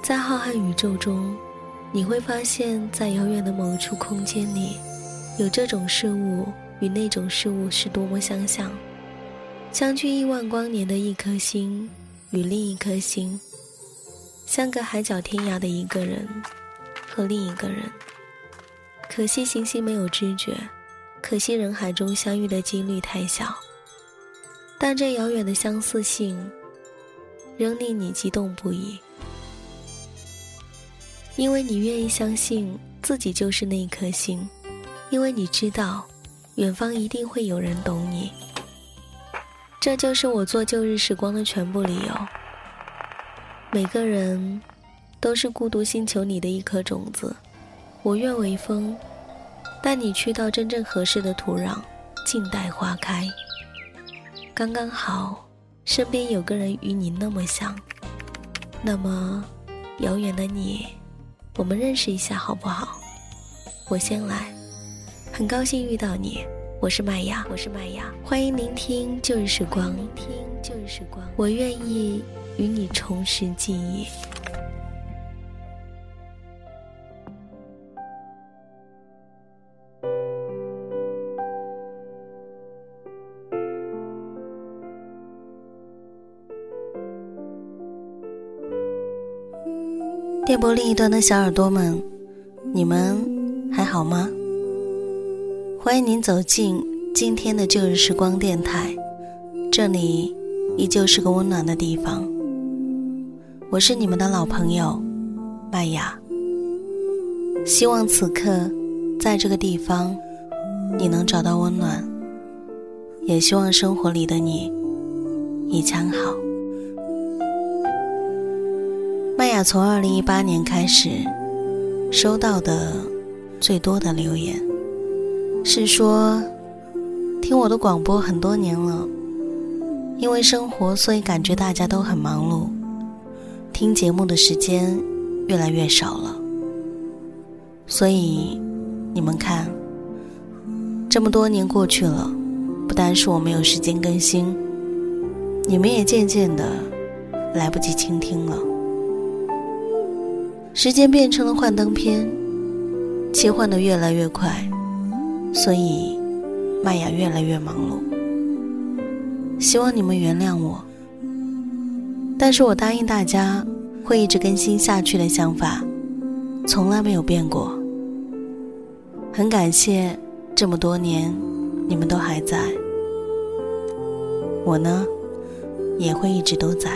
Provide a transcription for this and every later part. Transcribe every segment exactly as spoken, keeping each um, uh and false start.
在浩瀚宇宙中，你会发现在遥远的某处空间里，有这种事物与那种事物是多么相像。相距亿万光年的一颗星与另一颗星，相隔海角天涯的一个人和另一个人。可惜行星没有知觉，可惜人海中相遇的几率太小，但这遥远的相似性仍令你激动不已，因为你愿意相信自己就是那一颗星，因为你知道远方一定会有人懂你。这就是我做旧日时光的全部理由。每个人都是孤独星球里的一颗种子，我愿为风，带你去到真正合适的土壤，静待花开。刚刚好，身边有个人与你那么像，那么遥远的你，我们认识一下好不好？我先来，很高兴遇到你，我是麦雅，我是麦雅，欢迎聆听旧日时光，聆听旧日时光，我愿意与你重拾记忆。电波另一端的小耳朵们，你们还好吗？欢迎您走进今天的旧日时光电台，这里依旧是个温暖的地方。我是你们的老朋友麦雅，希望此刻在这个地方你能找到温暖，也希望生活里的你一切好。麦雅从二零一八年开始收到的最多的留言是说，听我的广播很多年了，因为生活所以感觉大家都很忙碌，听节目的时间越来越少了。所以你们看，这么多年过去了，不单是我没有时间更新，你们也渐渐的来不及倾听了。时间变成了幻灯片，切换的越来越快，所以麦雅越来越忙碌。希望你们原谅我，但是我答应大家会一直更新下去的想法从来没有变过。很感谢这么多年你们都还在，我呢也会一直都在。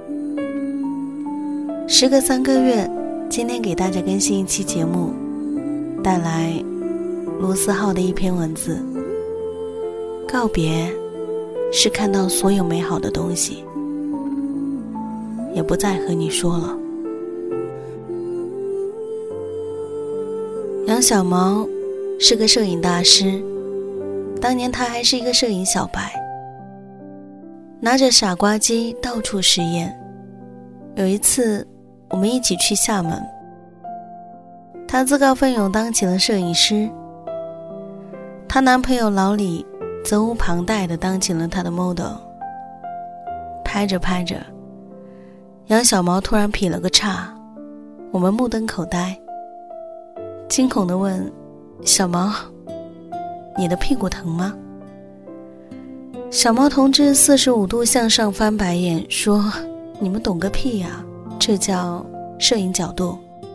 时隔三个月，今天给大家更新一期节目，带来卢思浩的一篇文字。告别是看到所有美好的东西，也不再和你说了。杨小毛是个摄影大师，当年他还是一个摄影小白，拿着傻瓜机到处实验。有一次我们一起去厦门，她自告奋勇当起了摄影师，她男朋友老李责无旁贷地当起了她的 model。 拍着拍着，杨小毛突然劈了个叉，我们目瞪口呆，惊恐地问小毛，你的屁股疼吗？小毛同志四十五度向上翻白眼说，你们懂个屁呀，这叫摄影角度。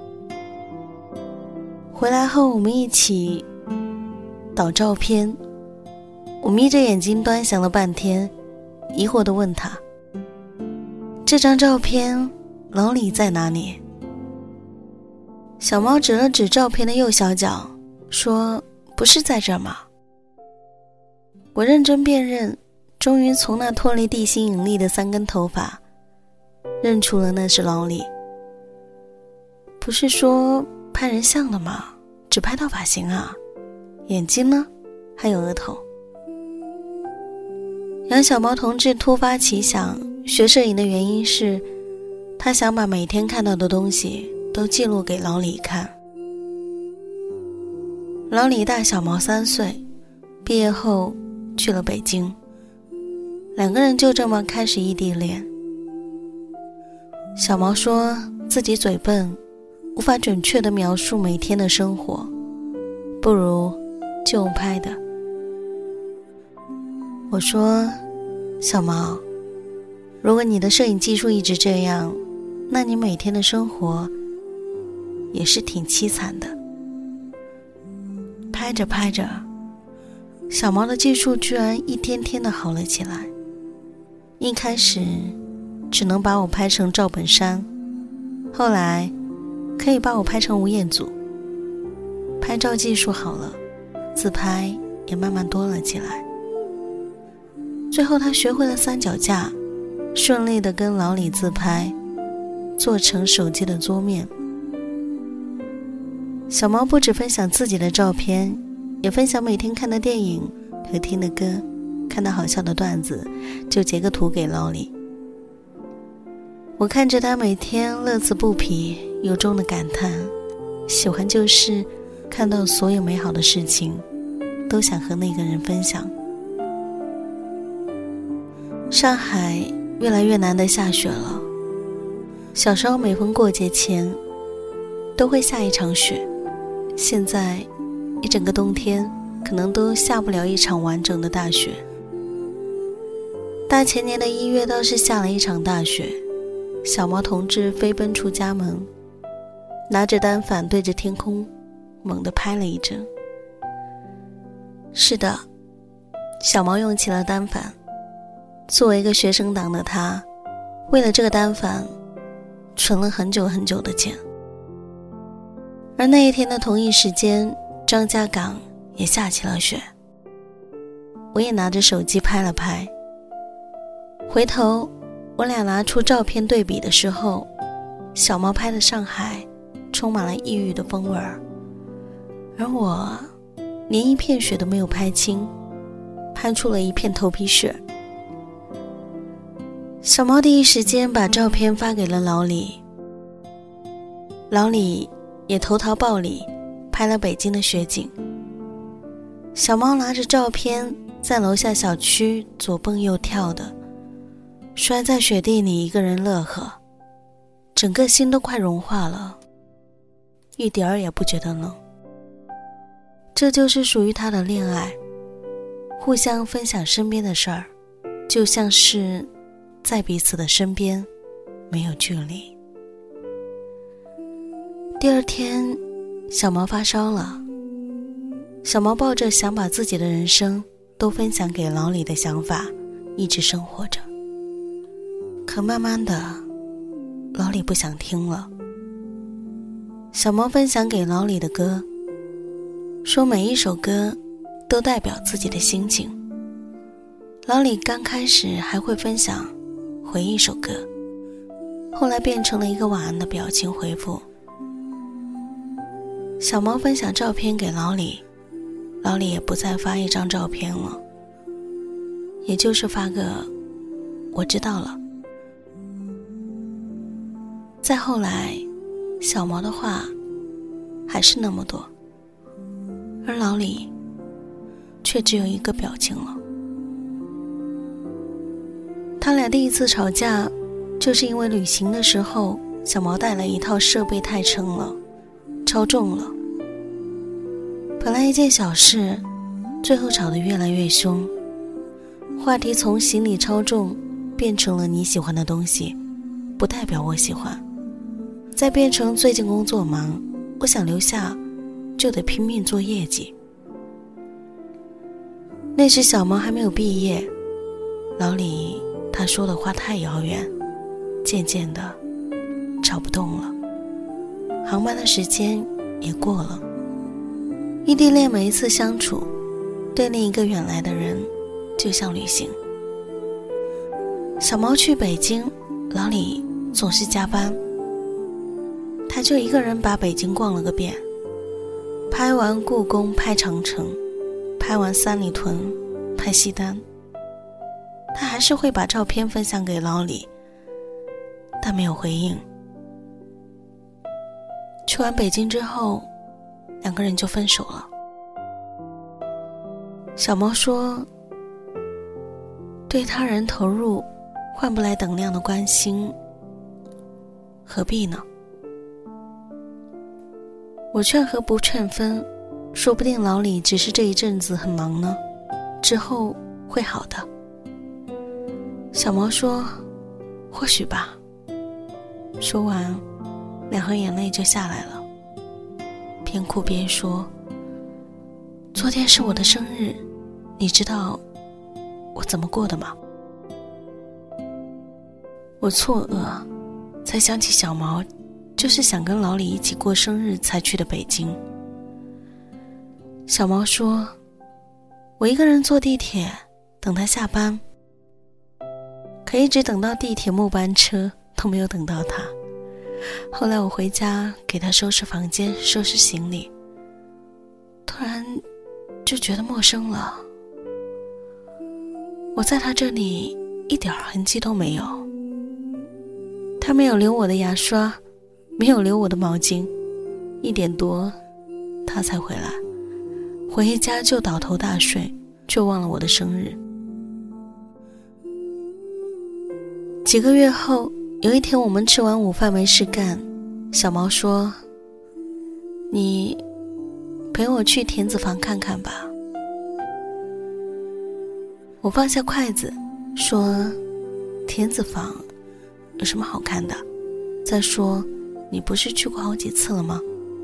回来后我们一起导照片，我眯着眼睛端详了半天，疑惑地问他，这张照片老李在哪里？小猫指了指照片的右小角说，不是在这儿吗？我认真辨认，终于从那脱离地心引力的三根头发认出了那是老李。不是说拍人像的吗？只拍到发型啊，眼睛呢？还有额头。杨小毛同志突发奇想，学摄影的原因是他想把每天看到的东西都记录给老李看。老李大小毛三岁，毕业后去了北京，两个人就这么开始异地恋。小毛说自己嘴笨，无法准确地描述每天的生活，不如就用拍的。我说，小毛，如果你的摄影技术一直这样，那你每天的生活也是挺凄惨的。拍着拍着，小毛的技术居然一天天的好了起来。一开始只能把我拍成赵本山，后来可以把我拍成吴彦祖。拍照技术好了，自拍也慢慢多了起来。最后他学会了三脚架，顺利地跟老李自拍，做成手机的桌面。小毛不只分享自己的照片，也分享每天看的电影和听的歌，看到好笑的段子就截个图给老李。我看着他每天乐此不疲，由衷的感叹，喜欢就是看到所有美好的事情都想和那个人分享。上海越来越难得下雪了，小时候每逢过节前都会下一场雪，现在一整个冬天可能都下不了一场完整的大雪。大前年的一月倒是下了一场大雪，小毛同志飞奔出家门，拿着单反对着天空猛地拍了一阵。是的，小毛用起了单反。作为一个学生党的他，为了这个单反存了很久很久的钱。而那一天的同一时间，张家港也下起了雪。我也拿着手机拍了拍，回头我俩拿出照片对比的时候，小毛拍的上海充满了异域的风味儿，而我连一片雪都没有拍清，拍出了一片头皮屑。小毛第一时间把照片发给了老李，老李也投桃报李，拍了北京的雪景。小毛拿着照片在楼下小区左蹦右跳的，摔在雪地里一个人乐呵，整个心都快融化了，一点儿也不觉得冷。这就是属于他的恋爱，互相分享身边的事儿，就像是在彼此的身边，没有距离。第二天，小毛发烧了。小毛抱着想把自己的人生都分享给老李的想法，一直生活着。可慢慢的，老李不想听了。小毛分享给老李的歌，说每一首歌都代表自己的心情。老李刚开始还会分享回一首歌，后来变成了一个晚安的表情回复。小毛分享照片给老李，老李也不再发一张照片了，也就是发个我知道了。再后来，小毛的话还是那么多，而老李却只有一个表情了。他俩第一次吵架，就是因为旅行的时候，小毛带了一套设备太沉了，超重了。本来一件小事，最后吵得越来越凶。话题从行李超重变成了你喜欢的东西，不代表我喜欢，再变成最近工作忙，我想留下就得拼命做业绩。那时小毛还没有毕业，老李他说的话太遥远，渐渐的吵不动了，航班的时间也过了。异地恋每一次相处，对另一个远来的人就像旅行。小毛去北京，老李总是加班，他就一个人把北京逛了个遍，拍完故宫拍长城，拍完三里屯拍西单。他还是会把照片分享给老李，但没有回应。去完北京之后，两个人就分手了。小毛说，对他人投入换不来等量的关心，何必呢？ 我劝和不劝分，说不定老李只是这一阵子很忙呢，之后会好的。小毛说，或许吧。说完，两行眼泪就下来了，边哭边说，昨天是我的生日，你知道我怎么过的吗？我错愕，才想起小毛就是想跟老李一起过生日才去的北京。小毛说，我一个人坐地铁等他下班，可一直等到地铁末班车都没有等到他。后来我回家给他收拾房间收拾行李，突然就觉得陌生了。我在他这里一点痕迹都没有，他没有留我的牙刷，没有留我的毛巾，一点多他才回来，回家就倒头大睡，却忘了我的生日。几个月后，有一天我们吃完午饭没事干，小毛说，你陪我去田子坊看看吧。我放下筷子说，田子坊有什么好看的？再说你不是去过好几次了吗？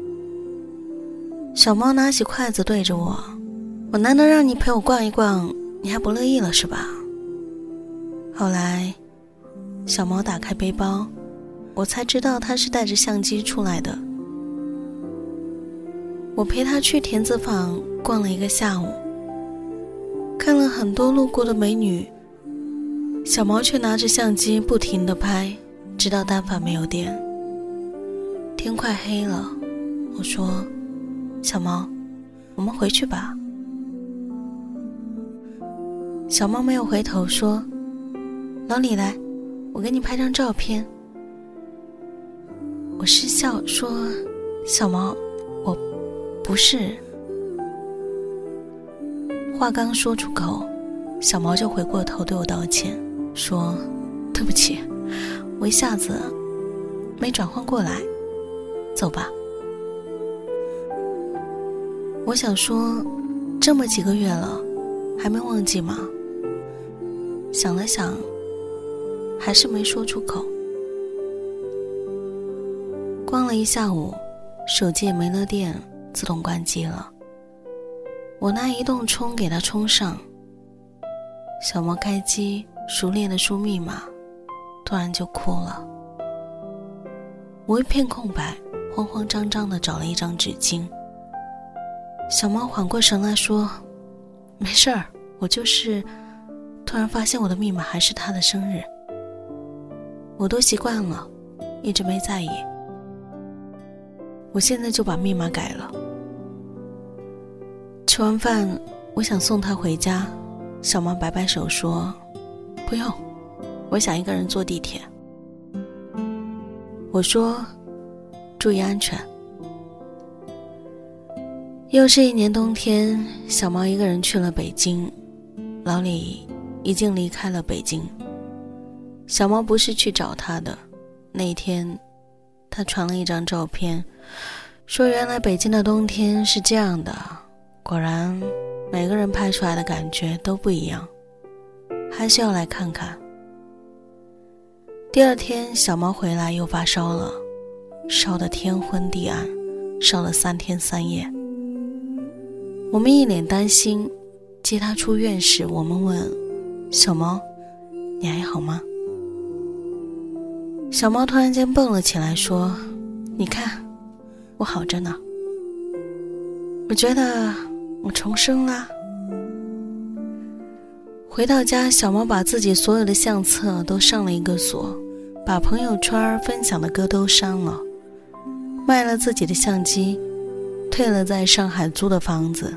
小猫拿起筷子对着我，我难得让你陪我逛一逛，你还不乐意了是吧？后来小猫打开背包，我才知道他是带着相机出来的。我陪他去田子坊逛了一个下午，看了很多路过的美女，小毛却拿着相机不停地拍，直到单反没有电。天快黑了，我说，小毛，我们回去吧。小猫没有回头，说，老李来，我给你拍张照片。我失笑说，小毛，我不是。话刚说出口，小毛就回过头对我道歉，说，对不起，我一下子没转换过来，走吧。我想说，这么几个月了，还没忘记吗？想了想，还是没说出口。逛了一下午，手机也没了电，自动关机了。我拿移动充给它充上，小猫开机，熟练的输密码，突然就哭了。我一片空白，慌慌张张地找了一张纸巾。小猫缓过神来说，没事儿，我就是突然发现我的密码还是他的生日。我都习惯了，一直没在意。我现在就把密码改了。吃完饭，我想送他回家，小猫摆摆手说，不用，我想一个人坐地铁。我说，注意安全。又是一年冬天，小猫一个人去了北京，老李已经离开了北京。小猫不是去找他的，那天他传了一张照片，说原来北京的冬天是这样的，果然每个人拍出来的感觉都不一样，还是要来看看。第二天小猫回来又发烧了，烧得天昏地暗，烧了三天三夜。我们一脸担心，接他出院时，我们问小猫，你还好吗？小猫突然间蹦了起来说，你看我好着呢，我觉得我重生啦。回到家，小猫把自己所有的相册都上了一个锁，把朋友圈分享的歌都删了，卖了自己的相机，退了在上海租的房子。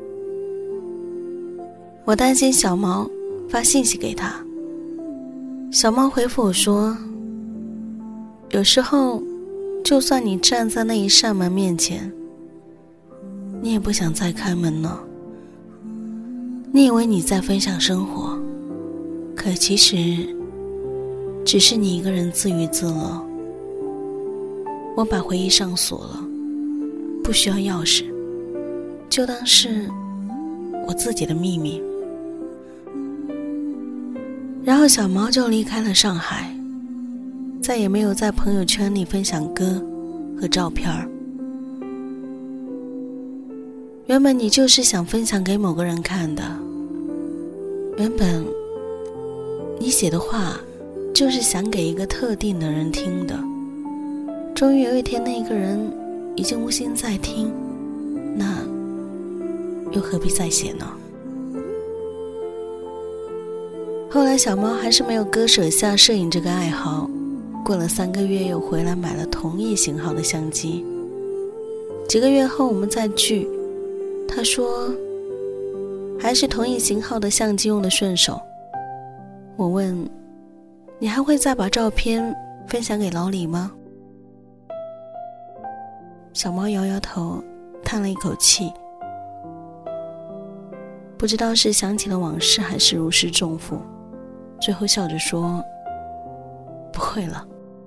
我担心小猫，发信息给他。小猫回复我说，有时候就算你站在那一扇门面前，你也不想再开门呢。你以为你在分享生活，可其实只是你一个人自娱自乐。我把回忆上锁了，不不需要钥匙，就当是我自己的秘密。然后小毛就离开了上海，再也没有在朋友圈里分享歌和照片儿。原本你就是想分享给某个人看的，原本你写的话就是想给一个特定的人听的，终于有一天那个人已经无心再听，那又何必再写呢？后来小猫还是没有割舍下摄影这个爱好，过了三个月又回来买了同一型号的相机。几个月后我们再聚，他说还是同一型号的相机用的顺手。我问你还会再把照片分享给老李吗？小猫摇摇头，叹了一口气，不知道是想起了往事还是如释重负，最后笑着说不会了。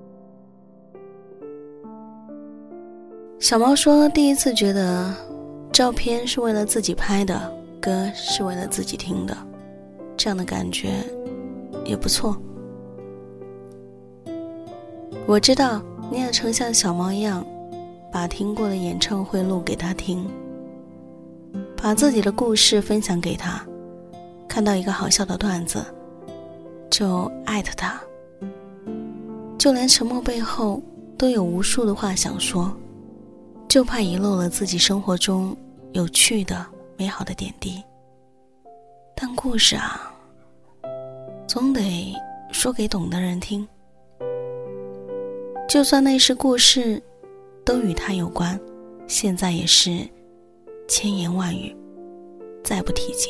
小猫说第一次觉得照片是为了自己拍的，歌是为了自己听的，这样的感觉也不错。我知道你也曾像小猫一样把听过的演唱会录给他听，把自己的故事分享给他，看到一个好笑的段子就艾特他，就连沉默背后都有无数的话想说，就怕遗漏了自己生活中有趣的美好的点滴。但故事啊，总得说给懂的人听，就算那时故事都与他有关，现在也是千言万语再不提及。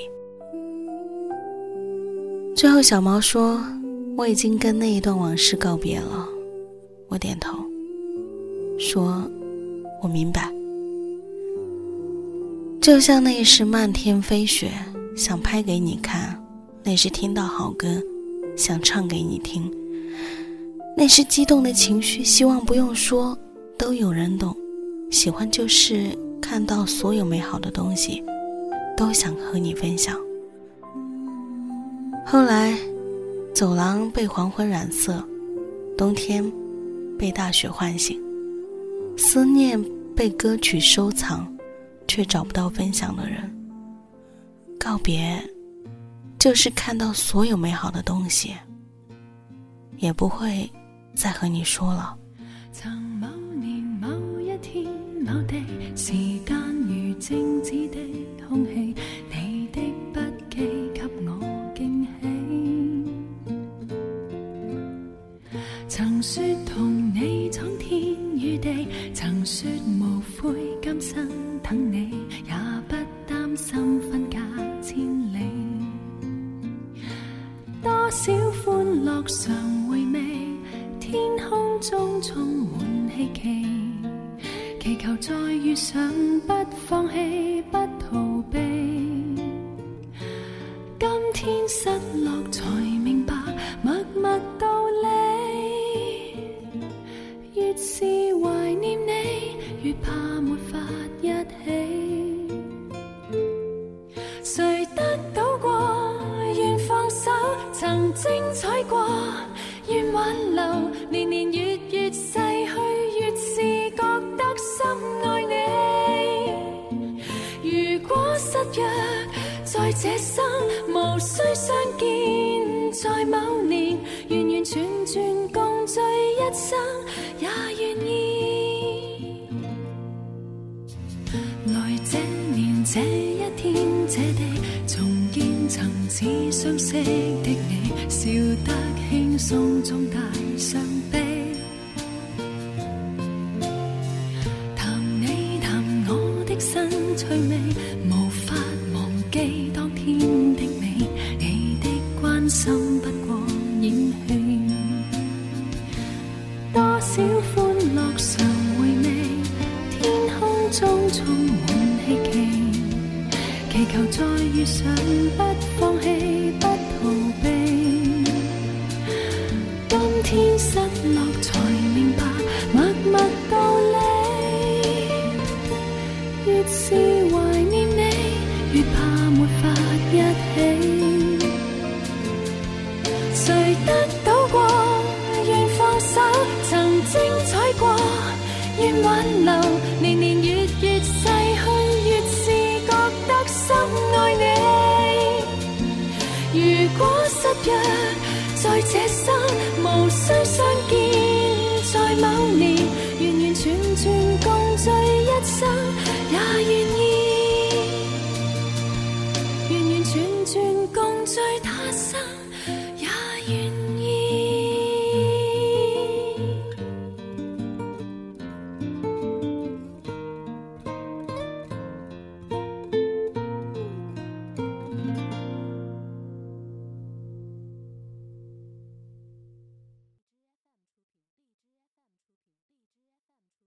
最后小毛说我已经跟那一段往事告别了。我点头说我明白。就像那时漫天飞雪想拍给你看，那时听到好歌想唱给你听，那时激动的情绪希望不用说都有人懂，喜欢就是看到所有美好的东西都想和你分享。后来走廊被黄昏染色，冬天被大雪唤醒，思念被歌曲收藏，却找不到分享的人。告别就是看到所有美好的东西，也不会再和你说了。 曾某年某一天某地，時間如靜止的空氣，你的筆記給我驚喜。曾說同你闖天與地，曾說無悔今生等你，也不擔心分隔千里。多少歡樂常回味，天空中充滿希冀，祈求再遇上，不放棄，不逃避。今天失落才明白默默道理，越是懷念你，越怕沒法一起。誰得到過，願放手，曾精彩過，願挽留，年年月月逝去，越是覺得深愛你。如果失約在這生，無需相見在某年，完完全全共聚一生也願意。來這年這一天這地，重見曾似相識的你，笑得輕鬆中帶傷悲。談你談我的新趣味，無法忘記當天的美，你的關心不過演戲。多少歡樂常回味，天空中充滿希冀，祈求再遇上，不放棄，不逃避。今天失落才明白默默道理， 生。